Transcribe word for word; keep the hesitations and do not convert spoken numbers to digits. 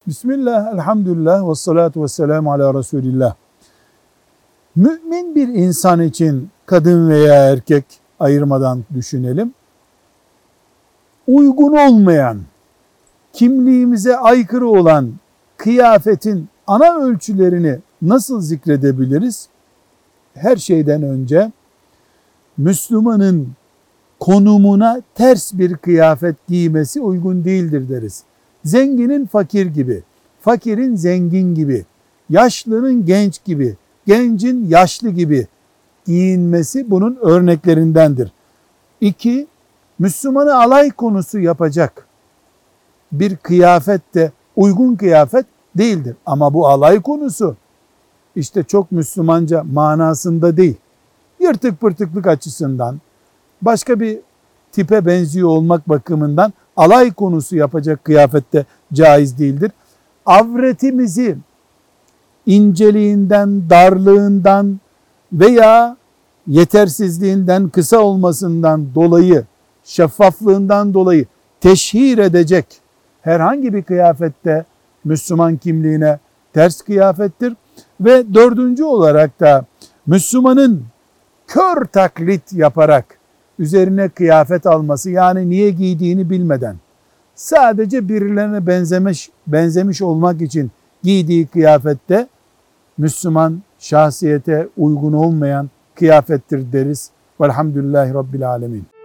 Bismillah, elhamdülillah, ve salatu ve selamu ala Resulillah. Mümin bir insan için kadın veya erkek ayırmadan düşünelim. Uygun olmayan, kimliğimize aykırı olan kıyafetin ana ölçülerini nasıl zikredebiliriz? Her şeyden önce Müslümanın konumuna ters bir kıyafet giymesi uygun değildir deriz. Zenginin fakir gibi, fakirin zengin gibi, yaşlının genç gibi, gencin yaşlı gibi giyinmesi bunun örneklerindendir. İki, Müslümanı alay konusu yapacak bir kıyafet de uygun kıyafet değildir. Ama bu alay konusu işte çok Müslümanca manasında değil. Yırtık pırtıklık açısından, başka bir tipe benziyor olmak bakımından alay konusu yapacak kıyafette caiz değildir. Avretimizi inceliğinden, darlığından veya yetersizliğinden, kısa olmasından dolayı, şeffaflığından dolayı teşhir edecek herhangi bir kıyafette Müslüman kimliğine ters kıyafettir. Ve dördüncü olarak da Müslümanın kör taklit yaparak üzerine kıyafet alması, yani niye giydiğini bilmeden sadece birilerine benzemiş, benzemiş olmak için giydiği kıyafette Müslüman şahsiyete uygun olmayan kıyafettir deriz. Velhamdülillahi Rabbil Alemin.